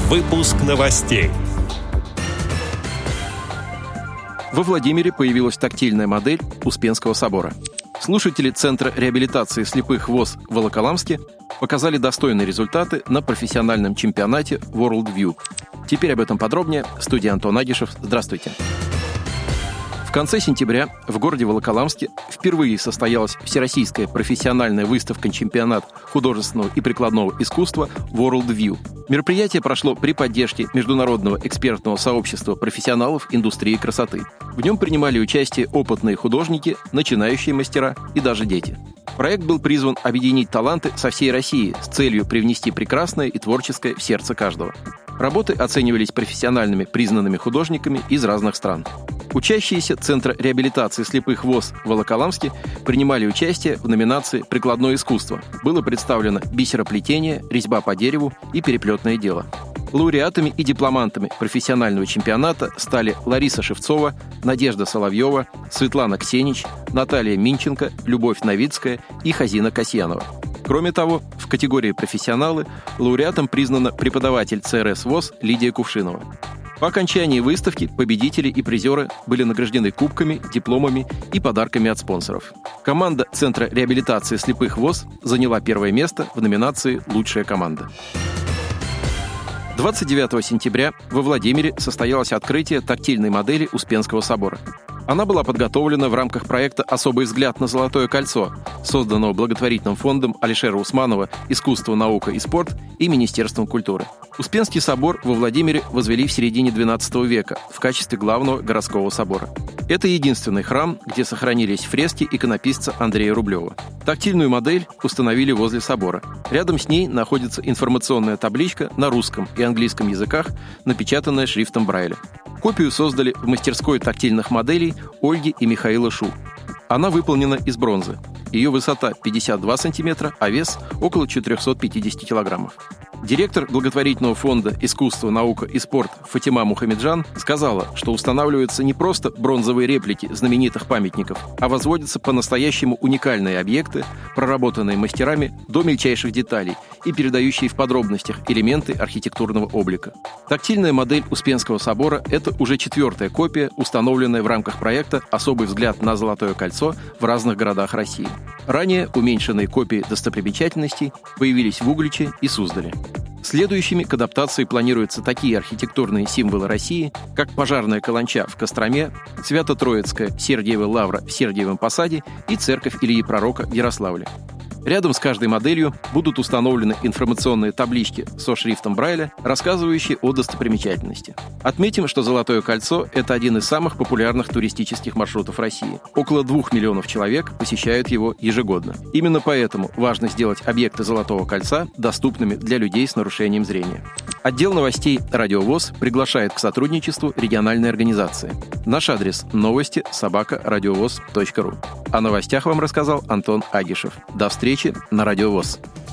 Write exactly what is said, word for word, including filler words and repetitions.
Выпуск новостей. Во Владимире появилась тактильная модель Успенского собора. Слушатели Центра реабилитации слепых ВОС в Волоколамске показали достойные результаты на профессиональном чемпионате World View. Теперь об этом подробнее. Студия Антон Агишев. Здравствуйте. В конце сентября в городе Волоколамске впервые состоялась всероссийская профессиональная выставка-чемпионат художественного и прикладного искусства World View. Мероприятие прошло при поддержке международного экспертного сообщества профессионалов индустрии красоты. В нем принимали участие опытные художники, начинающие мастера и даже дети. Проект был призван объединить таланты со всей России с целью привнести прекрасное и творческое в сердце каждого. Работы оценивались профессиональными признанными художниками из разных стран. Учащиеся Центра реабилитации слепых ВОС в Волоколамске принимали участие в номинации «Прикладное искусство». Было представлено бисероплетение, резьба по дереву и переплетное дело. Лауреатами и дипломантами профессионального чемпионата стали Лариса Шевцова, Надежда Соловьева, Светлана Ксенич, Наталья Минченко, Любовь Новицкая и Хазина Касьянова. Кроме того, в категории «Профессионалы» лауреатом признана преподаватель ЦРС ВОС Лидия Кувшинова. По окончании выставки победители и призеры были награждены кубками, дипломами и подарками от спонсоров. Команда Центра реабилитации слепых ВОС заняла первое место в номинации «Лучшая команда». двадцать девятого сентября во Владимире состоялось открытие тактильной модели Успенского собора. Она была подготовлена в рамках проекта «Особый взгляд на Золотое кольцо», созданного благотворительным фондом Алишера Усманова «Искусство, наука и спорт» и Министерством культуры. Успенский собор во Владимире возвели в середине двенадцатого века в качестве главного городского собора. Это единственный храм, где сохранились фрески иконописца Андрея Рублева. Тактильную модель установили возле собора. Рядом с ней находится информационная табличка на русском и английском языках, напечатанная шрифтом Брайля. Копию создали в мастерской тактильных моделей Ольги и Михаила Шу. Она выполнена из бронзы. Ее высота пятьдесят два сантиметра, а вес около четыреста пятьдесят килограммов. Директор благотворительного фонда «Искусство, наука и спорт» Фатима Мухамеджан сказала, что устанавливаются не просто бронзовые реплики знаменитых памятников, а возводятся по-настоящему уникальные объекты, проработанные мастерами до мельчайших деталей и передающие в подробностях элементы архитектурного облика. Тактильная модель Успенского собора – это уже четвертая копия, установленная в рамках проекта «Особый взгляд на Золотое кольцо» в разных городах России. Ранее уменьшенные копии достопримечательностей появились в Угличе и Суздале. Следующими к адаптации планируются такие архитектурные символы России, как пожарная каланча в Костроме, Свято-Троицкая Сергиева лавра в Сергиевом Посаде и церковь Ильи Пророка в Ярославле. Рядом с каждой моделью будут установлены информационные таблички со шрифтом Брайля, рассказывающие о достопримечательности. Отметим, что Золотое кольцо – это один из самых популярных туристических маршрутов России. Около двух миллионов человек посещают его ежегодно. Именно поэтому важно сделать объекты Золотого кольца доступными для людей с нарушением зрения. Отдел новостей «Радио ВОС» приглашает к сотрудничеству региональной организации. Наш адрес – новости собака радиовоз точка ру. О новостях вам рассказал Антон Агишев. До встречи на Радио ВОС.